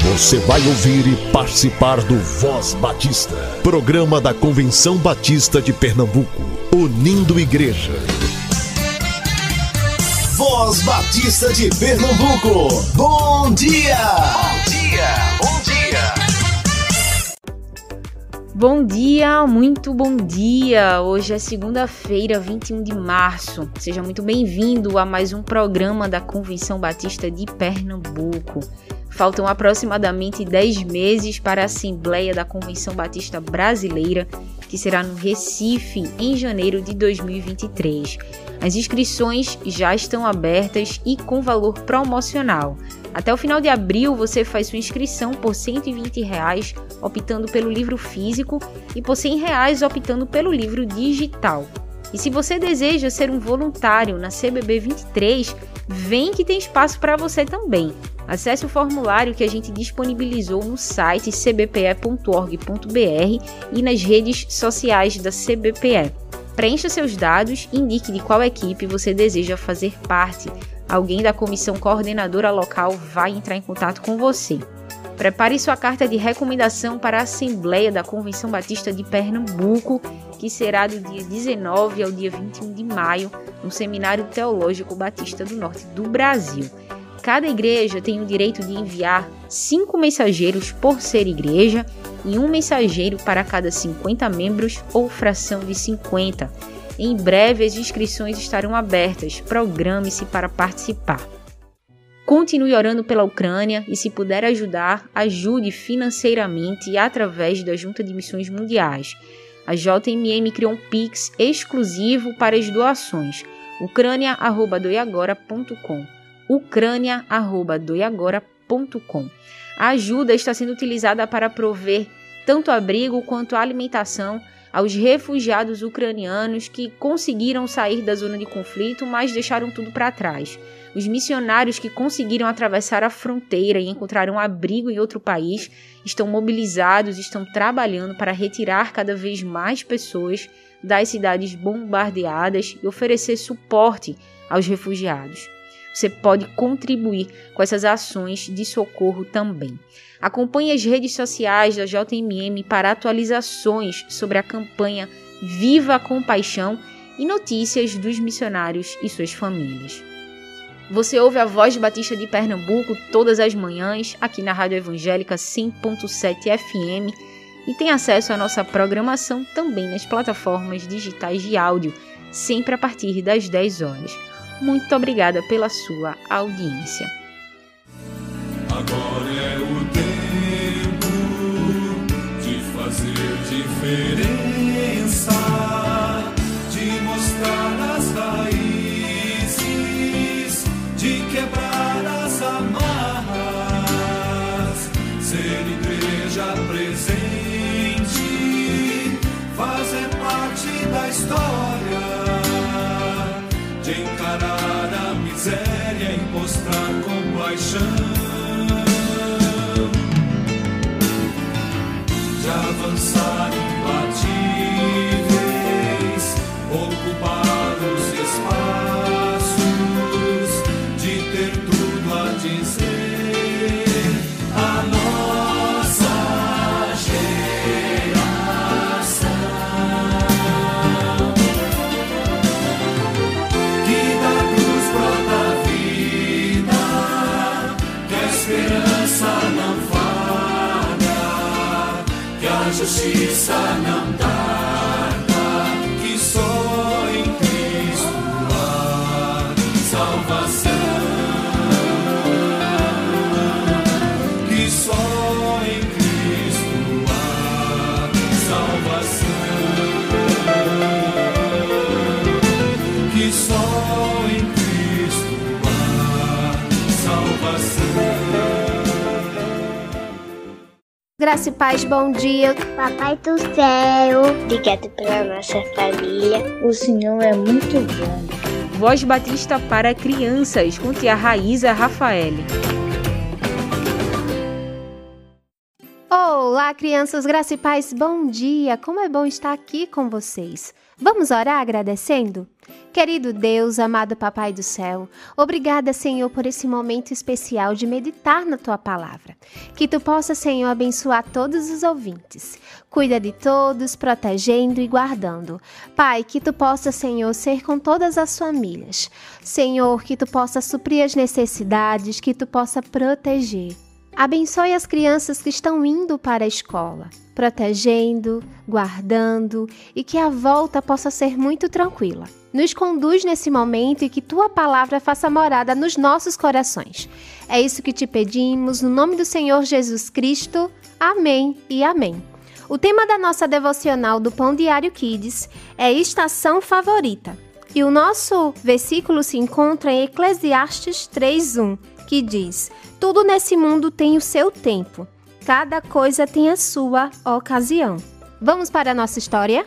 Você vai ouvir e participar do Voz Batista, programa da Convenção Batista de Pernambuco, unindo igreja. Voz Batista de Pernambuco, bom dia! Bom dia, bom dia! Bom dia, muito bom dia! Hoje é segunda-feira, 21 de março. Seja muito bem-vindo a mais um programa da Convenção Batista de Pernambuco. Faltam aproximadamente 10 meses para a Assembleia da Convenção Batista Brasileira, que será no Recife, em janeiro de 2023. As inscrições já estão abertas e com valor promocional. Até o final de abril, você faz sua inscrição por R$ 120, optando pelo livro físico, e por R$ 100 optando pelo livro digital. E se você deseja ser um voluntário na CBB 23, vem que tem espaço para você também. Acesse o formulário que a gente disponibilizou no site cbpe.org.br e nas redes sociais da CBPE. Preencha seus dados e indique de qual equipe você deseja fazer parte. Alguém da comissão coordenadora local vai entrar em contato com você. Prepare sua carta de recomendação para a Assembleia da Convenção Batista de Pernambuco, que será do dia 19 ao dia 21 de maio, no Seminário Teológico Batista do Norte do Brasil. Cada igreja tem o direito de enviar 5 mensageiros por ser igreja e um mensageiro para cada 50 membros ou fração de 50. Em breve as inscrições estarão abertas. Programe-se para participar. Continue orando pela Ucrânia e, se puder ajudar, ajude financeiramente e através da Junta de Missões Mundiais. A JMM criou um Pix exclusivo para as doações. ucrania@doiagora.com ucrania@doiagora.com. A ajuda está sendo utilizada para prover tanto abrigo quanto alimentação aos refugiados ucranianos que conseguiram sair da zona de conflito, mas deixaram tudo para trás. Os missionários que conseguiram atravessar a fronteira e encontraram abrigo em outro país estão mobilizados, estão trabalhando para retirar cada vez mais pessoas das cidades bombardeadas e oferecer suporte aos refugiados. Você pode contribuir com essas ações de socorro também. Acompanhe as redes sociais da JMM para atualizações sobre a campanha Viva a Compaixão e notícias dos missionários e suas famílias. Você ouve a Voz Batista de Pernambuco todas as manhãs aqui na Rádio Evangélica 100.7 FM e tem acesso à nossa programação também nas plataformas digitais de áudio, sempre a partir das 10 horas. Muito obrigada pela sua audiência. Agora é o tempo de fazer diferença, de mostrar as raízes, de quebrar as amarras, ser igreja presente, fazer parte da história, de encarar a miséria e mostrar compaixão, de avançar imbatíveis, ocupar os espaços, de ter tudo a dizer, a nossa geração. A justiça não tarda, que só em Cristo há salvação, que só em Cristo há salvação, que só em Cristo há salvação. Graça e paz, bom dia. Papai do céu, obrigado pela nossa família. O Senhor é muito bom. Voz Batista para crianças, com tia Raíza Rafael. Olá! Olá, crianças, graça e paz, bom dia! Como é bom estar aqui com vocês. Vamos orar agradecendo? Querido Deus, amado Papai do Céu, obrigada, Senhor, por esse momento especial de meditar na Tua Palavra. Que Tu possa, Senhor, abençoar todos os ouvintes. Cuida de todos, protegendo e guardando. Pai, que Tu possa, Senhor, ser com todas as famílias. Senhor, que Tu possa suprir as necessidades, que Tu possa proteger. Abençoe as crianças que estão indo para a escola, protegendo, guardando e que a volta possa ser muito tranquila. Nos conduz nesse momento e que Tua Palavra faça morada nos nossos corações. É isso que te pedimos, no nome do Senhor Jesus Cristo. Amém e amém. O tema da nossa devocional do Pão Diário Kids é Estação Favorita. E o nosso versículo se encontra em Eclesiastes 3:1, que diz: tudo nesse mundo tem o seu tempo, cada coisa tem a sua ocasião. Vamos para a nossa história?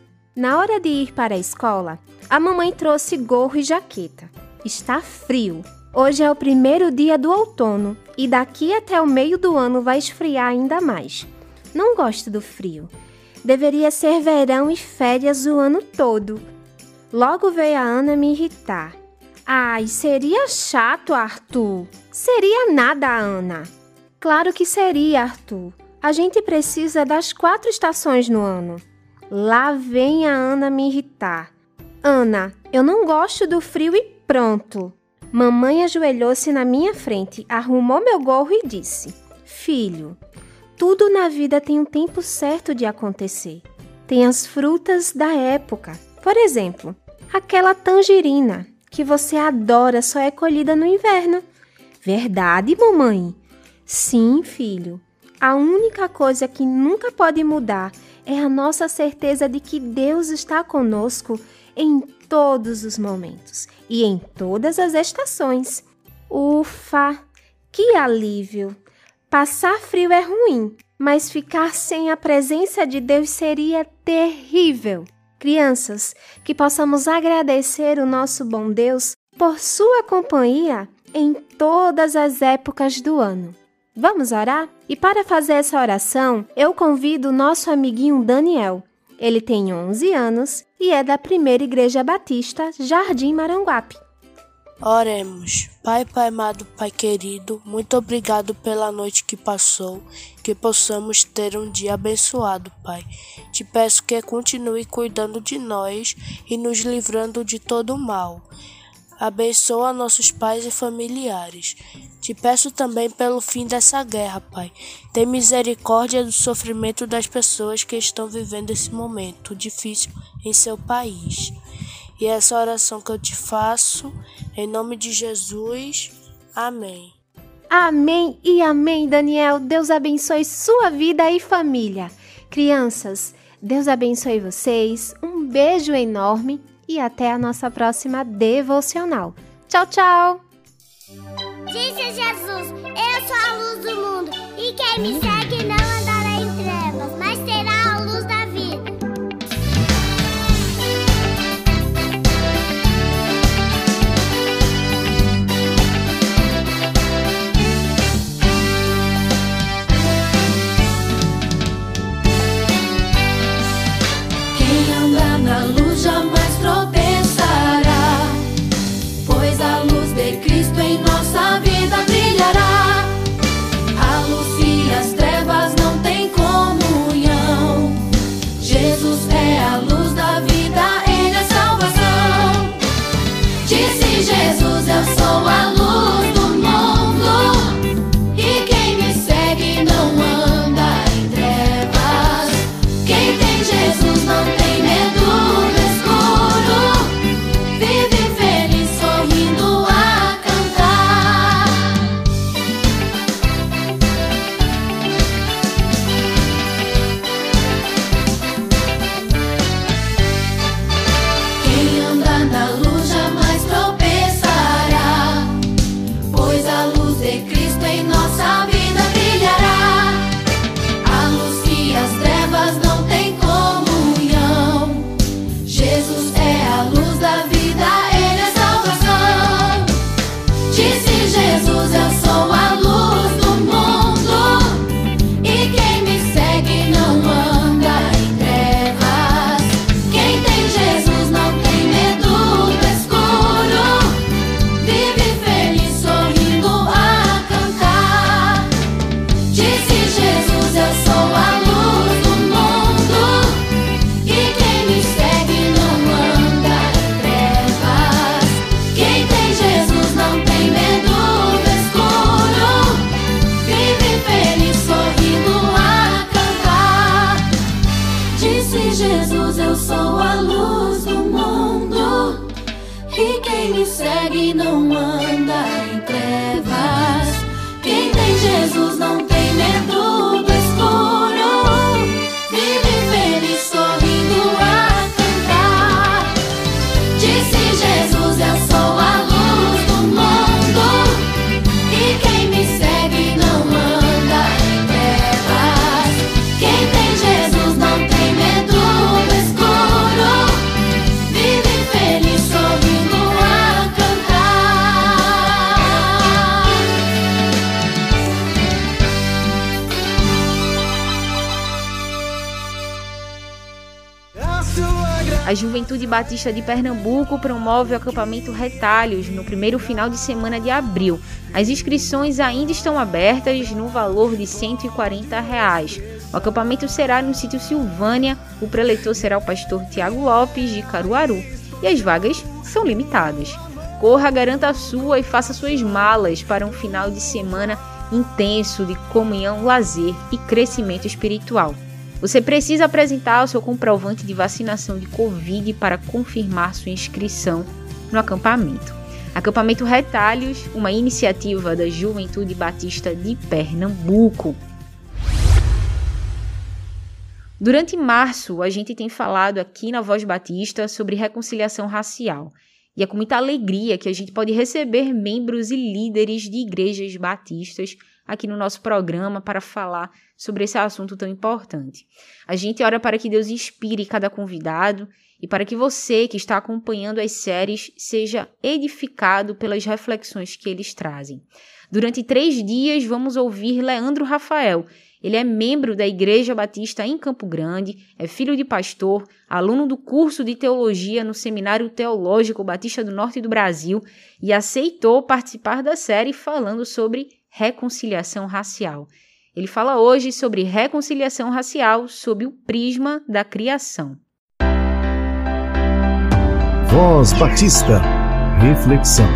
Na hora de ir para a escola, a mamãe trouxe gorro e jaqueta. Está frio. Hoje é o primeiro dia do outono e daqui até o meio do ano vai esfriar ainda mais. Não gosto do frio. Deveria ser verão e férias o ano todo. Logo veio a Ana me irritar. Ai, seria chato, Arthur. Seria nada, Ana. Claro que seria, Arthur. A gente precisa das 4 estações no ano. Lá vem a Ana me irritar. Ana, eu não gosto do frio e pronto. Mamãe ajoelhou-se na minha frente, arrumou meu gorro e disse: filho, tudo na vida tem um tempo certo de acontecer. Tem as frutas da época. Por exemplo, aquela tangerina que você adora só é colhida no inverno. Verdade, mamãe? Sim, filho. A única coisa que nunca pode mudar é a nossa certeza de que Deus está conosco em todos os momentos e em todas as estações. Ufa, que alívio! Passar frio é ruim, mas ficar sem a presença de Deus seria terrível. Crianças, que possamos agradecer o nosso bom Deus por sua companhia em todas as épocas do ano. Vamos orar? E para fazer essa oração, eu convido o nosso amiguinho Daniel. Ele tem 11 anos e é da Primeira Igreja Batista, Jardim Maranguape. Oremos. Pai amado, Pai querido, muito obrigado pela noite que passou, que possamos ter um dia abençoado, Pai. Te peço que continue cuidando de nós e nos livrando de todo o mal. Abençoa nossos pais e familiares. Te peço também pelo fim dessa guerra, Pai. Tem misericórdia do sofrimento das pessoas que estão vivendo esse momento difícil em seu país. E essa oração que eu te faço, em nome de Jesus, amém. Amém e amém, Daniel. Deus abençoe sua vida e família. Crianças, Deus abençoe vocês. Um beijo enorme e até a nossa próxima devocional. Tchau, tchau. Disse Jesus, eu sou a luz do mundo, e quem me segue não andará em trevas, mas terá a luz da vida. Quem anda na luz jamais tropeçará, pois a luz de Cristo em nossa vida brilhará. A luz e as trevas não A Juventude Batista de Pernambuco promove o acampamento Retalhos no primeiro final de semana de abril. As inscrições ainda estão abertas no valor de R$ 140. O acampamento será no sítio Silvânia, o preletor será o pastor Tiago Lopes, de Caruaru, e as vagas são limitadas. Corra, garanta a sua e faça suas malas para um final de semana intenso de comunhão, lazer e crescimento espiritual. Você precisa apresentar o seu comprovante de vacinação de Covid para confirmar sua inscrição no acampamento. Acampamento Retalhos, uma iniciativa da Juventude Batista de Pernambuco. Durante março, a gente tem falado aqui na Voz Batista sobre reconciliação racial. E é com muita alegria que a gente pode receber membros e líderes de igrejas batistas aqui no nosso programa para falar sobre esse assunto tão importante. A gente ora para que Deus inspire cada convidado e para que você que está acompanhando as séries seja edificado pelas reflexões que eles trazem. Durante 3 dias vamos ouvir Leandro Rafael. Ele é membro da Igreja Batista em Campo Grande, é filho de pastor, aluno do curso de teologia no Seminário Teológico Batista do Norte do Brasil e aceitou participar da série falando sobre reconciliação racial. Ele fala hoje sobre reconciliação racial sob o prisma da criação. Voz Batista. Reflexão.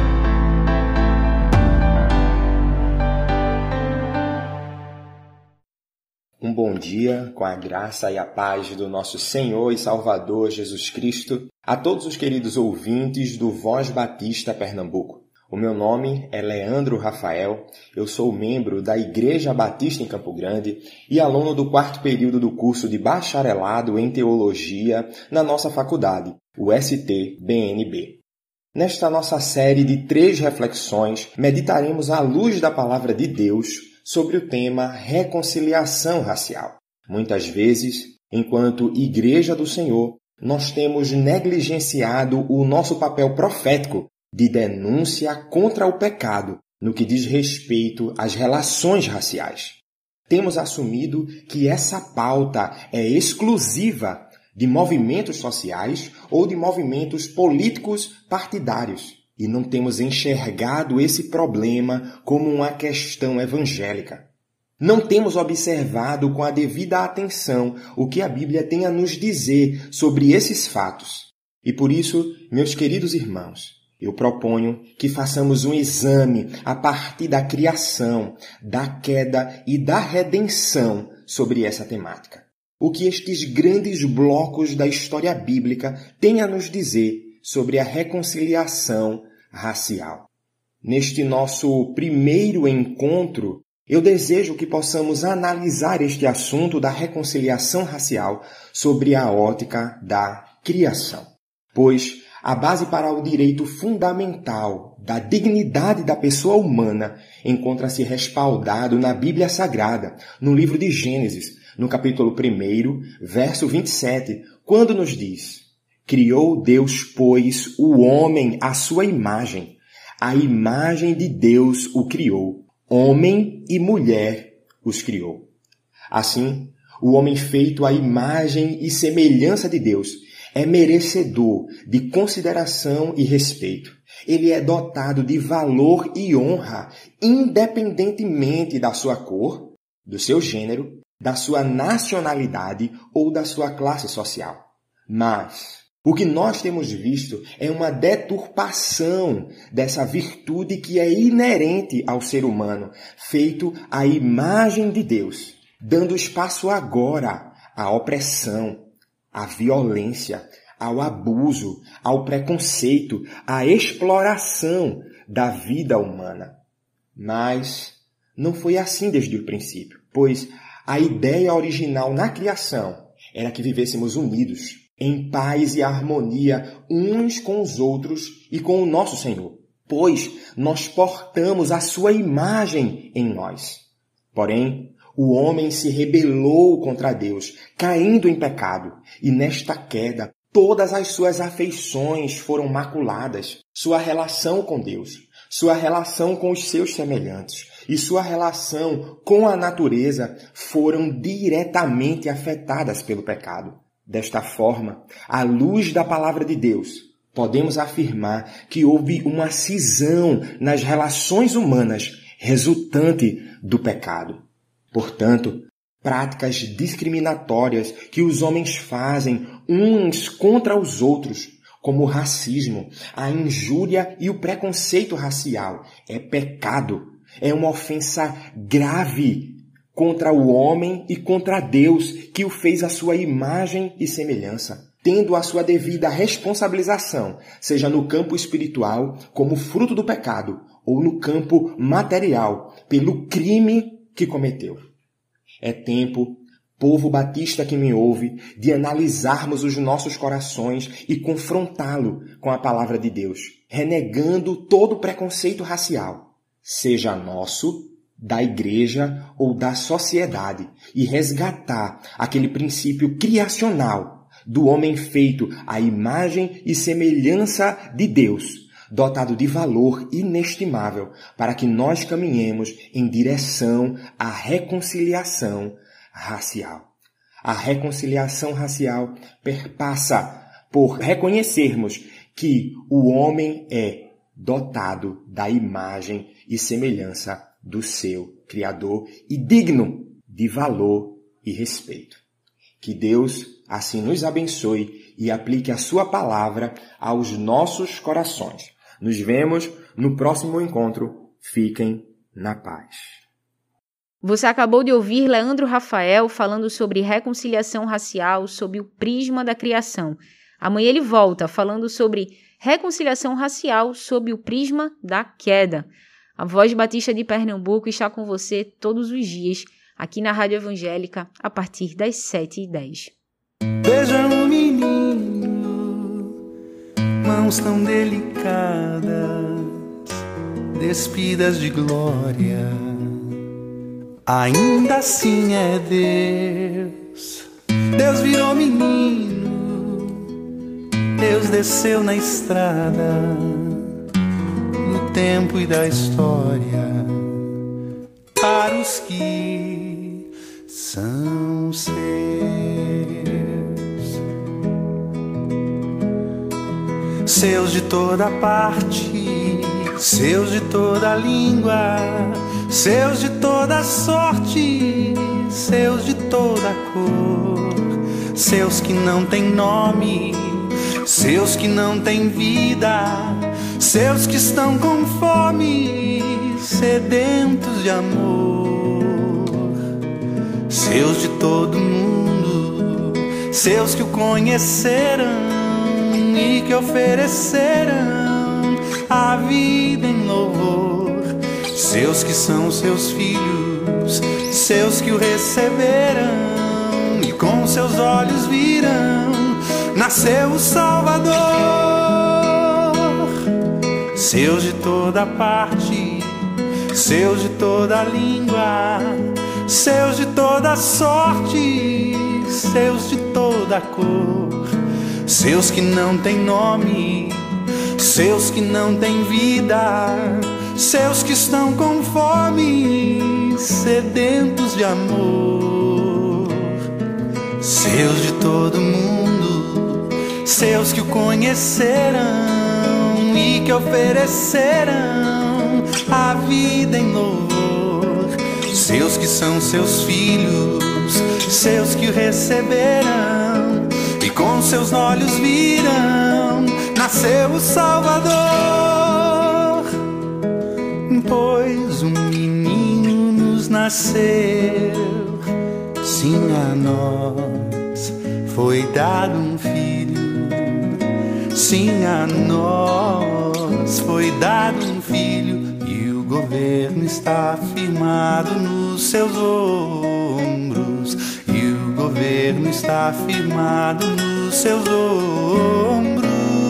Um bom dia, com a graça e a paz do nosso Senhor e Salvador Jesus Cristo, a todos os queridos ouvintes do Voz Batista Pernambuco. O meu nome é Leandro Rafael, eu sou membro da Igreja Batista em Campo Grande e aluno do 4º período do curso de Bacharelado em Teologia na nossa faculdade, o ST-BNB. Nesta nossa série de 3 reflexões, meditaremos à luz da Palavra de Deus sobre o tema reconciliação racial. Muitas vezes, enquanto Igreja do Senhor, nós temos negligenciado o nosso papel profético de denúncia contra o pecado no que diz respeito às relações raciais. Temos assumido que essa pauta é exclusiva de movimentos sociais ou de movimentos políticos partidários. E não temos enxergado esse problema como uma questão evangélica. Não temos observado com a devida atenção o que a Bíblia tem a nos dizer sobre esses fatos. E por isso, meus queridos irmãos, eu proponho que façamos um exame a partir da criação, da queda e da redenção sobre essa temática. O que estes grandes blocos da história bíblica têm a nos dizer sobre a reconciliação racial. Neste nosso primeiro encontro, eu desejo que possamos analisar este assunto da reconciliação racial sobre a ótica da criação. Pois a base para o direito fundamental da dignidade da pessoa humana encontra-se respaldado na Bíblia Sagrada, no livro de Gênesis, no capítulo 1, verso 27, quando nos diz: Criou Deus, pois, o homem à sua imagem. A imagem de Deus o criou. Homem e mulher os criou. Assim, o homem feito à imagem e semelhança de Deus é merecedor de consideração e respeito. Ele é dotado de valor e honra, independentemente da sua cor, do seu gênero, da sua nacionalidade ou da sua classe social. Mas o que nós temos visto é uma deturpação dessa virtude que é inerente ao ser humano, feito à imagem de Deus, dando espaço agora à opressão, à violência, ao abuso, ao preconceito, à exploração da vida humana. Mas não foi assim desde o princípio, pois a ideia original na criação era que vivêssemos unidos, em paz e harmonia uns com os outros e com o nosso Senhor, pois nós portamos a sua imagem em nós. Porém, o homem se rebelou contra Deus, caindo em pecado, e nesta queda todas as suas afeições foram maculadas, sua relação com Deus, sua relação com os seus semelhantes e sua relação com a natureza foram diretamente afetadas pelo pecado. Desta forma, à luz da palavra de Deus, podemos afirmar que houve uma cisão nas relações humanas resultante do pecado. Portanto, práticas discriminatórias que os homens fazem uns contra os outros, como o racismo, a injúria e o preconceito racial, é pecado, é uma ofensa grave contra o homem e contra Deus, que o fez à sua imagem e semelhança, tendo a sua devida responsabilização, seja no campo espiritual, como fruto do pecado, ou no campo material, pelo crime que cometeu. É tempo, povo batista que me ouve, de analisarmos os nossos corações e confrontá-lo com a palavra de Deus, renegando todo preconceito racial, seja nosso, da igreja ou da sociedade, e resgatar aquele princípio criacional do homem feito à imagem e semelhança de Deus, dotado de valor inestimável, para que nós caminhemos em direção à reconciliação racial. A reconciliação racial perpassa por reconhecermos que o homem é dotado da imagem e semelhança do seu Criador e digno de valor e respeito. Que Deus assim nos abençoe e aplique a sua palavra aos nossos corações. Nos vemos no próximo encontro. Fiquem na paz. Você acabou de ouvir Leandro Rafael falando sobre reconciliação racial sob o prisma da criação. Amanhã ele volta falando sobre reconciliação racial sob o prisma da queda. A Voz Batista de Pernambuco está com você todos os dias, aqui na Rádio Evangélica, a partir das 7h10. Veja um menino, mãos tão delicadas, despidas de glória. Ainda assim é Deus. Deus virou menino, Deus desceu na estrada, no tempo e da história, para os que são seus. Seus de toda parte, seus de toda língua, seus de toda sorte, seus de toda cor, seus que não têm nome, seus que não têm vida, seus que estão com fome, sedentos de amor, seus de todo mundo, seus que o conheceram e que ofereceram a vida em louvor, seus que são seus filhos, seus que o receberam e com seus olhos viram nasceu o Salvador. Seus de toda parte, seus de toda língua, seus de toda sorte, seus de toda cor, seus que não têm nome, seus que não têm vida, seus que estão com fome, sedentos de amor, seus de todo mundo, seus que o conheceram e que ofereceram a vida em louvor, seus que são seus filhos, seus que o receberam e com seus olhos viram nasceu o Salvador. Pois um menino nos nasceu, sim, a nós foi dado um filho, sim, a nós foi dado um filho, e o governo está firmado nos seus ombros, e o governo está firmado nos seus ombros.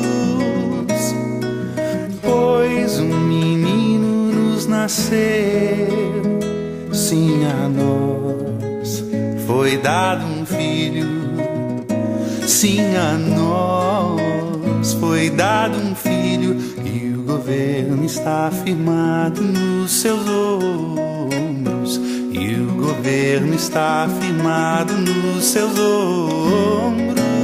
Pois um menino nos nasceu, sim, a nós foi dado um filho, sim, a nós foi dado um filho, e o governo está firmado nos seus ombros, e o governo está firmado nos seus ombros.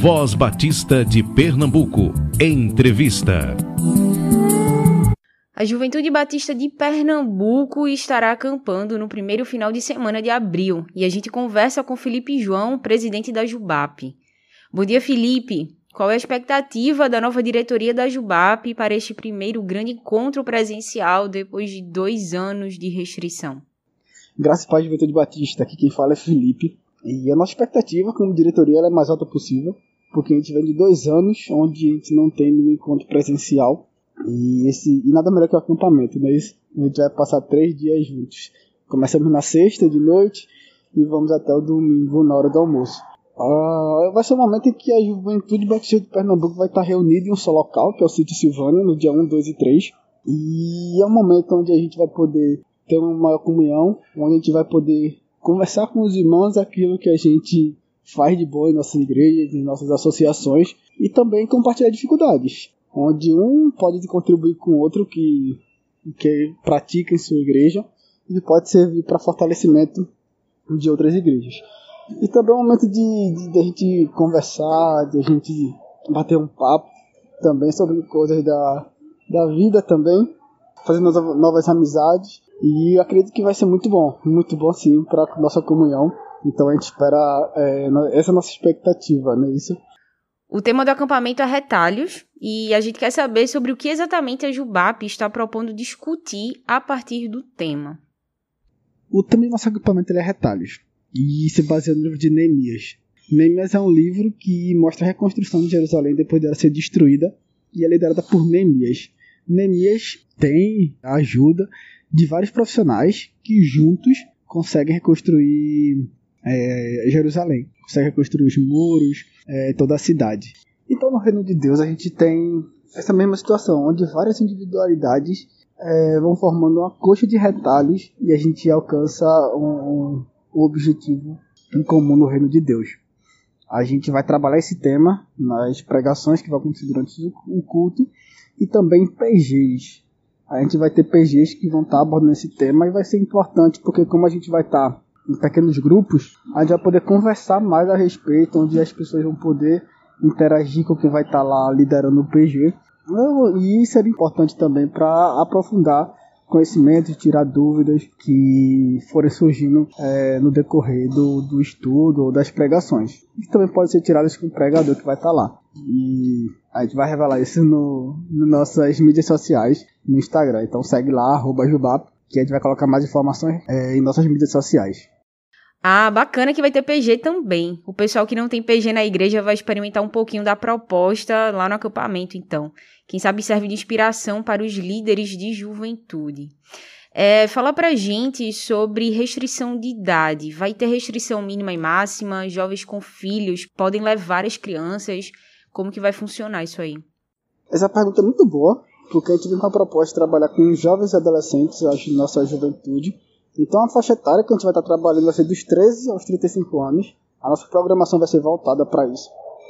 Voz Batista de Pernambuco. Entrevista. A Juventude Batista de Pernambuco estará acampando no primeiro final de semana de abril e a gente conversa com Felipe João, presidente da JUBAP. Bom dia, Felipe. Qual é a expectativa da nova diretoria da JUBAP para este primeiro grande encontro presencial depois de 2 anos de restrição? Graças à Juventude Batista, aqui quem fala é Felipe. E a nossa expectativa como diretoria é a mais alta possível, porque a gente vem de 2 anos onde a gente não tem nenhum encontro presencial. E nada melhor que o acampamento, né? A gente vai passar 3 dias juntos. Começamos na sexta de noite e vamos até o domingo na hora do almoço. Vai ser um momento em que a Juventude Batista de Pernambuco vai estar reunida em um só local, que é o Sítio Silvânia, no dia 1, 2 e 3. E é um momento onde a gente vai poder ter uma maior comunhão, onde a gente vai poder conversar com os irmãos aquilo que a gente faz de bom em nossas igrejas, em nossas associações, e também compartilhar dificuldades, onde um pode contribuir com o outro que pratica em sua igreja e pode servir para fortalecimento de outras igrejas. E também é um momento de a gente conversar, de a gente bater um papo também sobre coisas da vida também, fazer novas amizades. E eu acredito que vai ser muito bom sim para a nossa comunhão. Então a gente espera, essa é a nossa expectativa, não é isso? O tema do acampamento é retalhos e a gente quer saber sobre o que exatamente a JUBAP está propondo discutir a partir do tema. O tema do nosso acampamento é retalhos e se baseia no livro de Neemias. Neemias é um livro que mostra a reconstrução de Jerusalém depois dela ser destruída e é liderada por Neemias. Neemias tem a ajuda de vários profissionais que juntos conseguem reconstruir Jerusalém, conseguem reconstruir os muros, toda a cidade. Então no reino de Deus a gente tem essa mesma situação, onde várias individualidades vão formando uma coxa de retalhos e a gente alcança um objetivo em comum no reino de Deus. A gente vai trabalhar esse tema nas pregações que vão acontecer durante o culto e também em PGs. A gente vai ter PGs que vão estar abordando esse tema e vai ser importante porque como a gente vai estar em pequenos grupos, a gente vai poder conversar mais a respeito, onde as pessoas vão poder interagir com quem vai estar lá liderando o PG. E isso seria importante também para aprofundar conhecimentos, tirar dúvidas que forem surgindo no decorrer do estudo ou das pregações. E também podem ser tiradas com o pregador que vai estar lá. E a gente vai revelar isso nas nossas mídias sociais, no Instagram. Então segue lá, @JUBAP, que a gente vai colocar mais informações em nossas mídias sociais. Ah, bacana que vai ter PG também. O pessoal que não tem PG na igreja vai experimentar um pouquinho da proposta lá no acampamento, então. Quem sabe serve de inspiração para os líderes de juventude. Fala pra gente sobre restrição de idade. Vai ter restrição mínima e máxima? Jovens com filhos podem levar as crianças? Como que vai funcionar isso aí? Essa pergunta é muito boa, porque a gente tem uma proposta de trabalhar com jovens e adolescentes, acho, na nossa juventude. Então a faixa etária que a gente vai estar trabalhando vai ser dos 13 aos 35 anos. A nossa programação vai ser voltada para isso.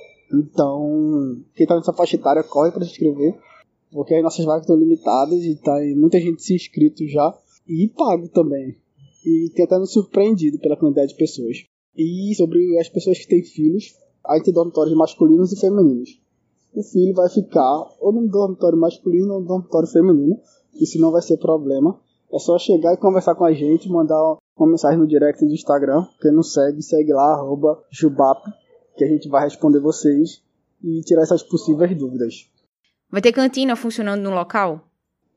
Então, quem está nessa faixa etária corre para se inscrever, porque as nossas vagas estão limitadas e tem muita gente se inscrito já e pago também. E tem até nos surpreendido pela quantidade de pessoas. E sobre as pessoas que têm filhos, a gente tem dormitórios masculinos e femininos. O filho vai ficar ou no dormitório masculino ou no dormitório feminino. Isso não vai ser problema. É só chegar e conversar com a gente, mandar uma mensagem no direct do Instagram. Quem não segue, segue lá, @JUBAP, que a gente vai responder vocês e tirar essas possíveis dúvidas. Vai ter cantina funcionando no local?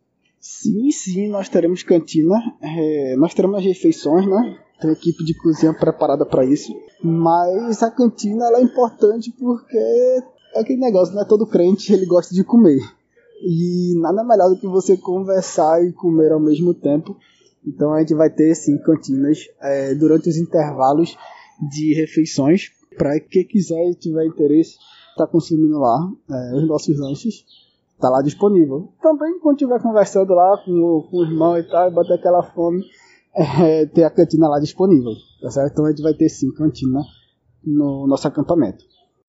Sim, nós teremos cantina. Nós teremos as refeições, né? Tem uma equipe de cozinha preparada para isso. Mas a cantina ela é importante porque é aquele negócio, né? Todo crente ele gosta de comer. E nada melhor do que você conversar e comer ao mesmo tempo. Então a gente vai ter sim cantinas durante os intervalos de refeições. Para quem quiser e tiver interesse, está consumindo lá os nossos lanches. Está lá disponível. Também quando estiver conversando lá com o irmão e tal, e bater aquela fome, ter a cantina lá disponível. Tá certo? Então a gente vai ter sim cantina no nosso acampamento.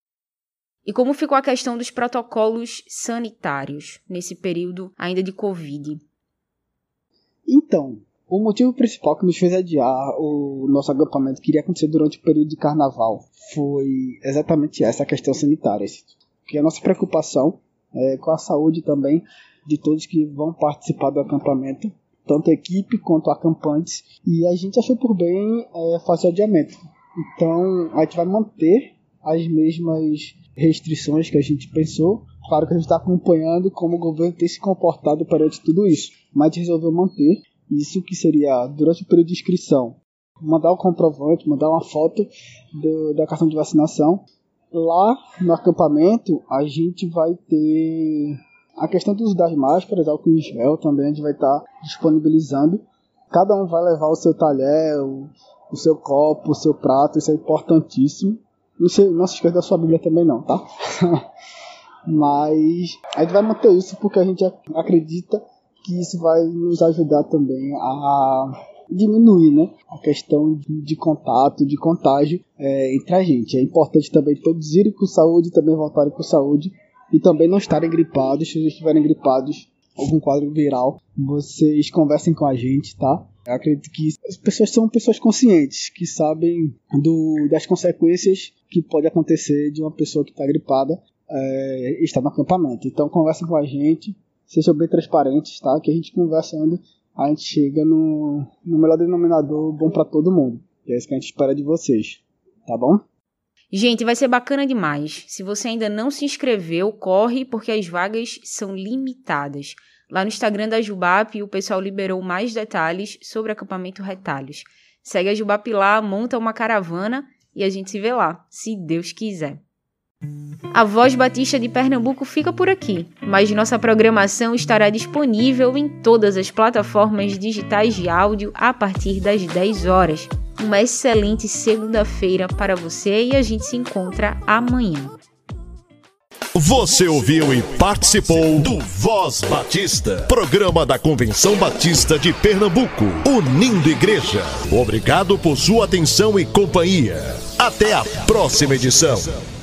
E como ficou a questão dos protocolos sanitários nesse período ainda de Covid? Então, O motivo principal que nos fez adiar o nosso acampamento, que iria acontecer durante o período de carnaval, foi exatamente essa questão sanitária. Porque a nossa preocupação é com a saúde também de todos que vão participar do acampamento, tanto a equipe quanto acampantes, e a gente achou por bem fazer o adiamento. Então a gente vai manter as mesmas restrições que a gente pensou. Claro que a gente está acompanhando como o governo tem se comportado perante tudo isso, mas a gente resolveu manter isso, que seria durante o período de inscrição, mandar o comprovante, mandar uma foto da cartão de vacinação. Lá no acampamento a gente vai ter a questão do uso das máscaras, álcool em gel também a gente vai estar disponibilizando. Cada um vai levar o seu talher, o seu copo, o seu prato, isso é importantíssimo. Não se esqueça da sua Bíblia também não, tá? Mas a gente vai manter isso porque a gente acredita que isso vai nos ajudar também a diminuir, né, a questão de contato, de contágio entre a gente. É importante também todos irem com saúde, também voltarem com saúde e também não estarem gripados. Se vocês estiverem gripados, algum quadro viral, vocês conversem com a gente, tá? Eu acredito que as pessoas são pessoas conscientes, que sabem das consequências que pode acontecer de uma pessoa que está gripada estar no acampamento. Então conversem com a gente, sejam bem transparentes, tá? Que a gente conversando, a gente chega no melhor denominador bom para todo mundo. E é isso que a gente espera de vocês, tá bom? Gente, vai ser bacana demais. Se você ainda não se inscreveu, corre, porque as vagas são limitadas. Lá no Instagram da Jubap, o pessoal liberou mais detalhes sobre o acampamento Retalhos. Segue a Jubap lá, monta uma caravana e a gente se vê lá, se Deus quiser. A Voz Batista de Pernambuco fica por aqui, mas nossa programação estará disponível em todas as plataformas digitais de áudio a partir das 10 horas. Uma excelente segunda-feira para você e a gente se encontra amanhã. Você ouviu e participou do Voz Batista, programa da Convenção Batista de Pernambuco, unindo igreja. Obrigado por sua atenção e companhia. Até a próxima edição.